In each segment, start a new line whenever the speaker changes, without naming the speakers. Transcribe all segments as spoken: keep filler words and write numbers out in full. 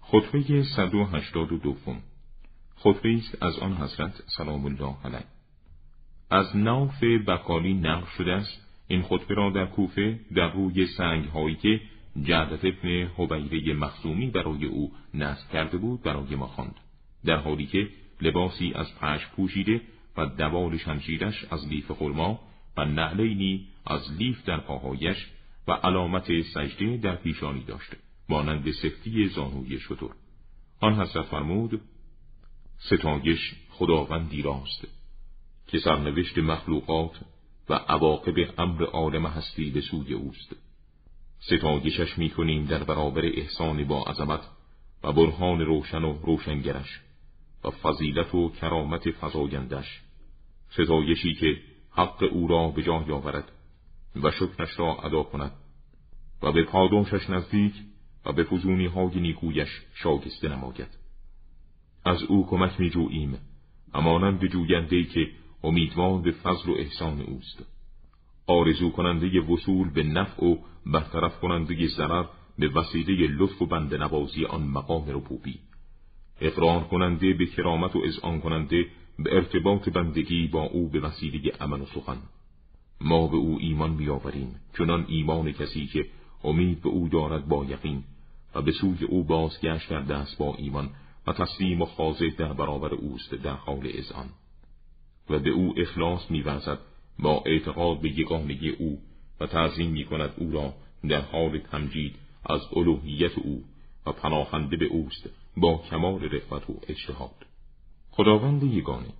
خطبه صد و هشتاد و دوم. خطبه است از آن حضرت سلام الله علیه. از ناف بقالی نقل شده است این خطبه را در کوفه در روی سنگ هایی که جعدت ابن حبیره مخزومی برای او نصب کرده بود برای ما خواند، در حالی که لباسی از پشم پوشیده و دوال شمشیرش از لیف خرما و نعلینی از لیف در پاهایش و علامت سجده در پیشانی داشته، مانند سفتی زانوی شتر. آن حضرت فرمود: ستایش خداوندی راست که سرنوشت مخلوقات و عواقب امر عالم هستی به سوی اوست. ستایشش می کنیم در برابر احسان با عظمت و برهان روشن و روشنگرش و فضیلت و کرامت فزایندش، ستایشی که حق او را به جای آورد و شکرش را ادا کند و به پاداشش نزدیک و به فزونی های نیکویش شایسته نماید. از او کمک می جوییم، همانند جوینده‌ای که امیدوار به فضل و احسان اوست، آرزو کننده وصول به نفع و برطرف کننده ضرر به وسیله لطف و بنده نوازی آن مقام ربوبی، اقرار کننده به کرامت و اذعان کننده به ارتباط بندگی با او به وسیله عمل و سخن. ما به او ایمان بیاوریم چنان ایمان کسی که امید به او دارد با یقین و به سوی او بازگشت کرده است با ایمان و تسلیم و خاضع در برابر اوست در حال اذعان، و به او اخلاص می‌ورزد با اعتقاد به یگانگی او و تعظیم می‌کند او را در حال تمجید از الوهیت او و پناهنده به اوست با کمال رفعت و اجتهاد. خداوند یگانه،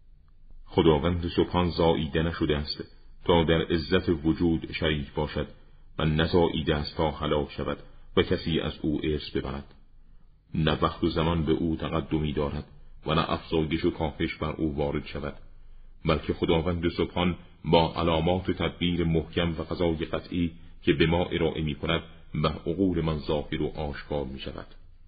خداوند سبحان زاییده نشده است تا در عزت وجود شریک باشد و نزاییده است تا هلاک شود و کسی از او ارث ببرد. نه وقت و زمان به او تقدمی دارد و نه افزایش و کاهش بر او وارد شود، بلکه خداوند سبحان با علامات و تدبیر محکم و قضای قطعی که به ما ارائه می کند به عقول من ظاهر و آشکار می شود.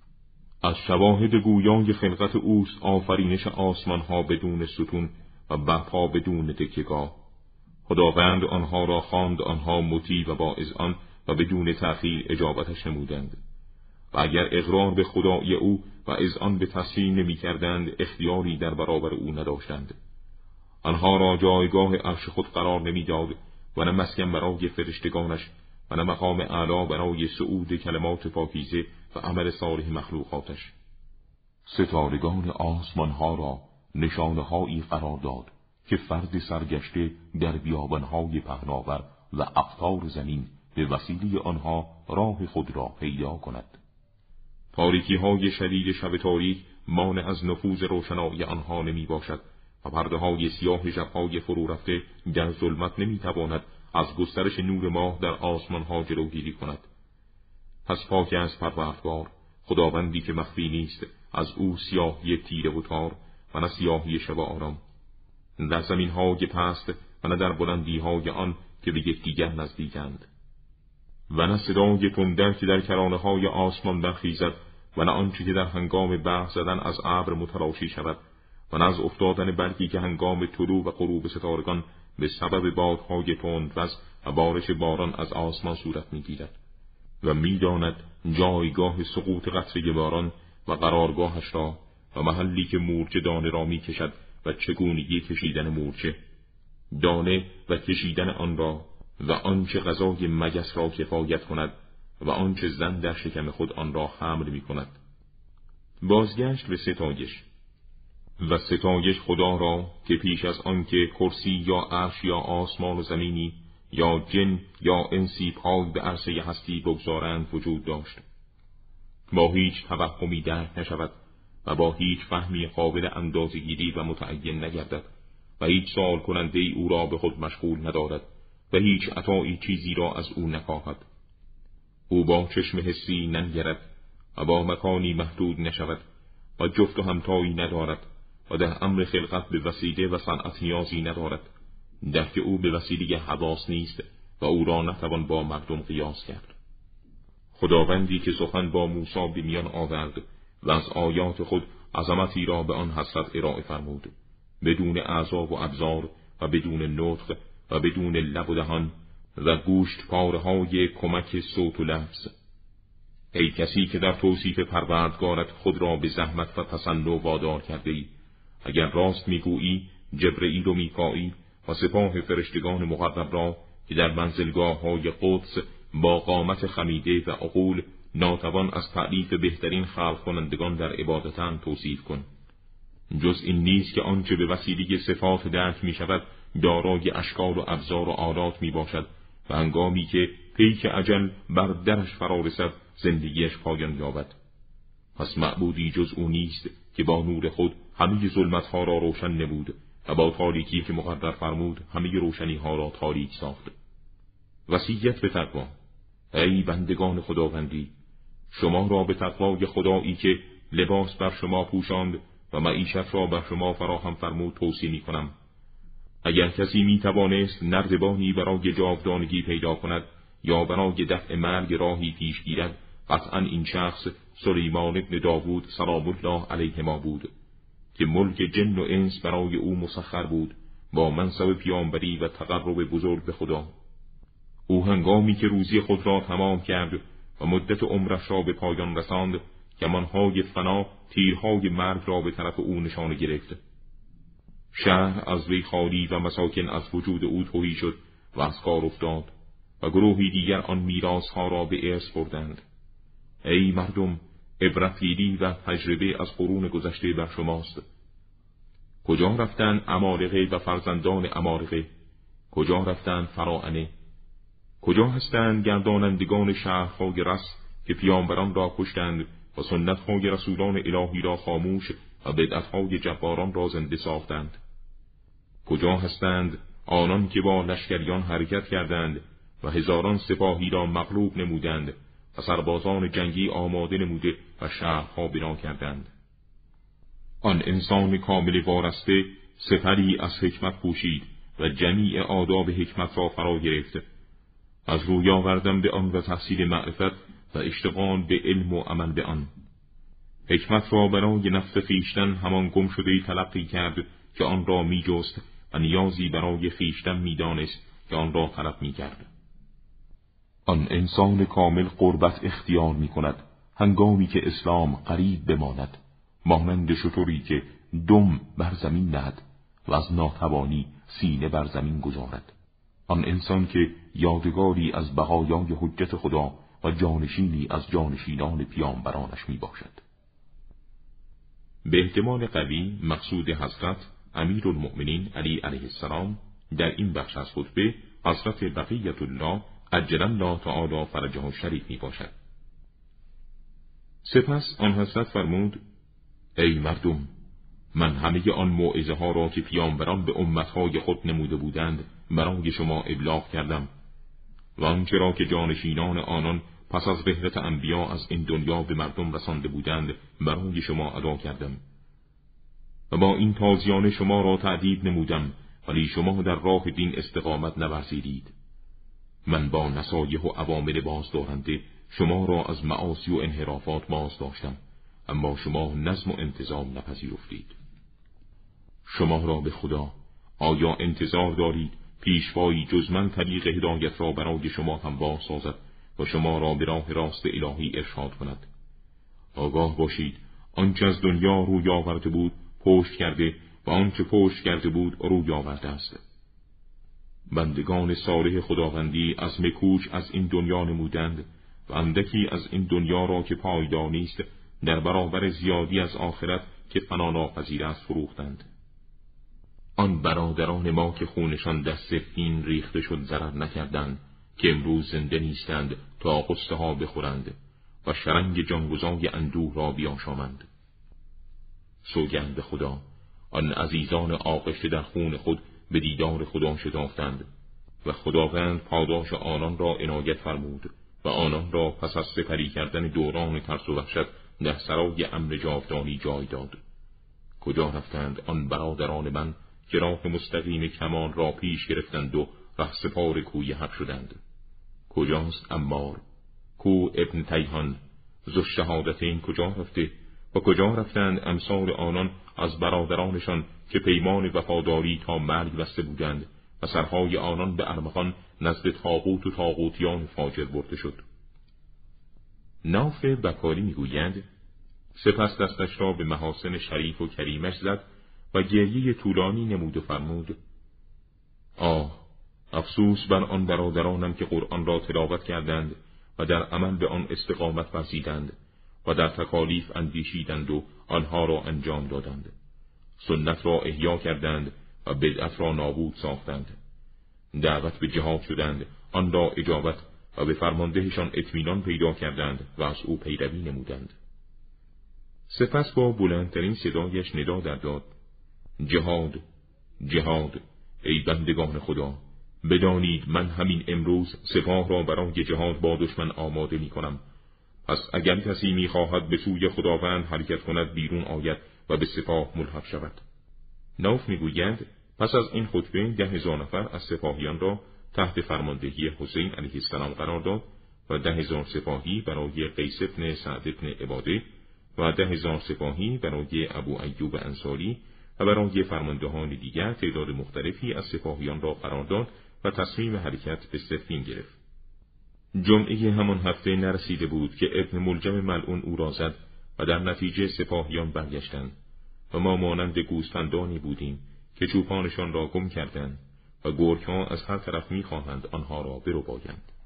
از شواهد گویای خلقت اوست آفرینش آسمان ها بدون ستون و برپا بدون تکیه‌گاه. خداوند آنها را خواند، آنها مطیع و با اذعان و بدون تأخیر اجابتش نمودند، و اگر اقرار به خدای او و اذعان به تسلیم نمی کردند اختیاری در برابر او نداشتند. آنها را جایگاه عرش خود قرار نمی داد و نه مسکن برای فرشتگانش و نه مقام اعلی برای صعود کلمات پاکیزه و عمل صالح مخلوقاتش. ستارگان آسمان ها را نشانه هایی قرار داد که فرد سرگشته در بیابانهای پهناور و اقطار زمین به وسیله آنها راه خود را پیدا کند. تاریکی های شدید شب تاریک مانع از نفوذ روشنایی آنها نمی باشد و پرده های سیاه شبهای فرو رفته در ظلمت نمی تواند از گسترش نور ماه در آسمان ها جلوگیری کند. پس پاک از پروردگار، خداوندی که مخفی نیست، از او سیاهی تیره و تار و نه سیاهی شب آرام، در زمین های پست و نه در بلندی های آن که به یکدیگر نزدیکند، و نه صدای تندر که در کرانه های آسمان برخیزد و نه آنچه که در هنگام برق زدن از ابر متلاشی شود و نه از افتادن برگی که هنگام طلوع و غروب ستارگان به سبب بادهای تندرس و بارش باران از آسمان صورت میگیرد، و میداند جایگاه سقوط قطره باران و قرارگاهش را و محلی که مورچه دانه را میکشد و چگونگی کشیدن مورچه دانه و کشیدن آن را و آنچه غذای مگس را کفایت کند و آنچه زن در شکم خود آن را حمل می کند. بازگشت به ستایش. و ستایش خدا را که پیش از آنکه کرسی یا عرش یا آسمان و زمینی یا جن یا انسی پای به عرصه هستی بگذارند وجود داشت، با هیچ توهمی درک نشود و با هیچ فهمی قابل اندازه‌گیری و متعین نگردد و هیچ سوال کننده ای او را به خود مشغول ندارد و هیچ عطایی چیزی را از او نخواهد. او با چشم حسی ننگرد و با مکانی محدود نشود و جفت و همتایی ندارد و در امر خلقت به وسیله و صنعت نیازی ندارد، در که او به وسیله حواس نیست و او را نتوان با مردم قیاس کرد. خداوندی که سخن با موسی به میان آورد و از آیات خود عظمتی را به آن حضرت ارائه فرمود، بدون اعضا و ابزار و بدون نطق و بدون لب و دهان و گوشت پاره های کمک صوت و لفظ. ای کسی که در توصیف پروردگارت خود را به زحمت و تسنع وادار کرده ای، اگر راست میگویی جبرئیل و میکائیل و سپاه فرشتگان مقرب را که در منزلگاه های قدس با قامت خمیده و عقول ناتوان از تعریف بهترین خلق کنندگان در عبادتند توصیف کن. جز این نیست که آنچه به وسیله صفات درک می شود دارای اشکال و ابزار و آلات می باشد و هنگامی که پیک اجل بر درش فرا رسد زندگیش پایان یابد. پس معبودی جز او نیست که با نور خود همه ظلمتها را روشن نمود و با تاریکی که مقدر فرمود همه روشنی ها را تاریک ساخت. وصیت به تقوا. ای بندگان خداوندی، شما را به تقوای خدایی که لباس بر شما پوشاند و معیشت را بر شما فراهم فرمود توصیه می کنم. اگر کسی می توانست نردبانی برای جاودانگی پیدا کند یا برای دفع مرگ راهی پیش گیرد، قطعا این شخص سلیمان ابن داوود سلام الله علیهما بود که ملک جن و انس برای او مسخر بود با منصب پیامبری و تقرب بزرگ به خدا. او هنگامی که روزی خود را تمام کرد و مدت عمرش را به پایان رساند، کمانهای فنا تیرهای مرگ را به طرف او نشانه گرفت. شهر از وی خالی و مساکن از وجود او تهی شد و از کار افتاد و گروهی دیگر آن میراثها را به ارث بردند. ای مردم، عبرت گیری و تجربه از قرون گذشته بر شماست. کجا رفتند عمالقه و فرزندان عمالقه؟ کجا رفتند فراعنه؟ کجا هستند گردانندگان شهرهای رس که پیامبران را کشتند و سنتهای رسولان الهی را خاموش و بدعتهای جباران را زنده ساختند؟ کجا هستند آنان که با لشکریان حرکت کردند و هزاران سپاهی را مغلوب نمودند و سربازان جنگی آماده نموده و شهرها بنا کردند؟ آن انسان کامل وارسته سپری از حکمت پوشید و جمیع آداب حکمت را فرا گرفت. از روی آوردن به آن و تحصیل معرفت و اشتغال به علم و عمل به آن. حکمت را برای نفس خویشتن همان گم شده تلقی کرد که آن را می جست و نیازی برای خویشتن می دانست که آن را طلب می کرد. آن انسان کامل قربت اختیار می کند هنگامی که اسلام قریب بماند، مانند شتری که دم بر زمین نهد و از ناتوانی سینه بر زمین گذارد. آن انسان که یادگاری از بقایای حجت خدا و جانشینی از جانشینان پیامبرانش می باشد. به احتمال قوی مقصود حضرت امیرالمؤمنین علی علیه السلام در این بخش از خطبه حضرت بقیت الله عجل الله تعالی فرجه الشریف می باشد. سپس آن حضرت فرمود: ای مردم، من همه آن موعظه ها را که پیامبران به امتهای خود نموده بودند برای شما ابلاغ کردم و آنچه را که جانشینان آنان پس از رحلت انبیا از این دنیا به مردم رسانده بودند برای شما ادا کردم و با این تازیانه شما را تعدیب نمودم، ولی شما در راه دین استقامت نورزیدید. من با نصایح و اوامر بازدارنده شما را از معاصی و انحرافات باز داشتم، اما شما نظم و انتظام نپذیرفتید. شما را به خدا، آیا انتظار دارید پیشوایی جز من طریق هدایت را برای شما هم باز سازد و شما را به راه راست الهی ارشاد کند؟ آگاه باشید آنچه از دنیا روی آورده بود پشت کرده و آنچه پشت کرده بود روی آورده است. بندگان صالح خداوندی از مکوش از این دنیا نمودند و اندکی از این دنیا را که پایدار نیست در برابر زیادی از آخرت که فنا ناپذیر است فروختند. آن برادران ما که خونشان در سفین ریخته شد ضرر نکردند که امروز زنده نیستند تا قصه ها بخورند و شرنگ جانگزای اندوه را بیاشامند. سوگند به خدا، آن عزیزان آغشته در خون خود به دیدار خدا شتافتند و خداوند پاداش آنان را عنایت فرمود و آنان را پس از سپری کردن دوران ترس و وحشت در سرای امن جاودانی جای داد. کجا رفتند آن برادران من که راه مستقیم کمان را پیش گرفتند و رهسپار کوی حق شدند؟ کجاست عمار؟ کو ابن تیهان؟ ذو الشهادتین کجا رفته؟ و کجا رفتند امثال آنان از برادرانشان که پیمان وفاداری تا مرگ بسته بودند و سرهای آنان به ارمغان نزد طاغوت و طاغوتیان فاجر برده شد؟ ناف بکاری میگوید سپس دستش را به محاسن شریف و کریمش زد و گریه طولانی نمود و فرمود: آه، افسوس بر آن برادرانم که قرآن را تلاوت کردند و در عمل به آن استقامت ورزیدند و در تکالیف اندیشیدند و آنها را انجام دادند، سنت را احیا کردند و بدعت را نابود ساختند، دعوت به جهاد شدند، آن را اجابت و به فرماندهشان اطمینان پیدا کردند و از او پیروی نمودند. سپس با بلندترین صدایش ندا در داد: جهاد، جهاد، ای بندگان خدا، بدانید من همین امروز سپاه را برای جهاد با دشمن آماده می کنم. پس اگر کسی می خواهد به سوی خداوند حرکت کند بیرون آید و به سپاه ملحق شود. ناف می گوید پس از این خطبه ده هزار نفر از سپاهیان را تحت فرماندهی حسین علیه السلام قرار داد و ده هزار سپاهی برای قیس بن سعد بن عباده و ده هزار سپاهی برای ابو ایوب انصاری و برای فرماندهان دیگر تعداد مختلفی از سپاهیان را قرار داد و تصمیم حرکت به صفین گرفت. جمعه همان هفته نرسیده بود که ابن ملجم ملعون او را زد و در نتیجه سپاهیان برگشتند و ما مانند گوسفندانی بودیم که چوپانشان را گم کردند و گرگ‌ها از هر طرف می‌خواهند آنها را بربایند.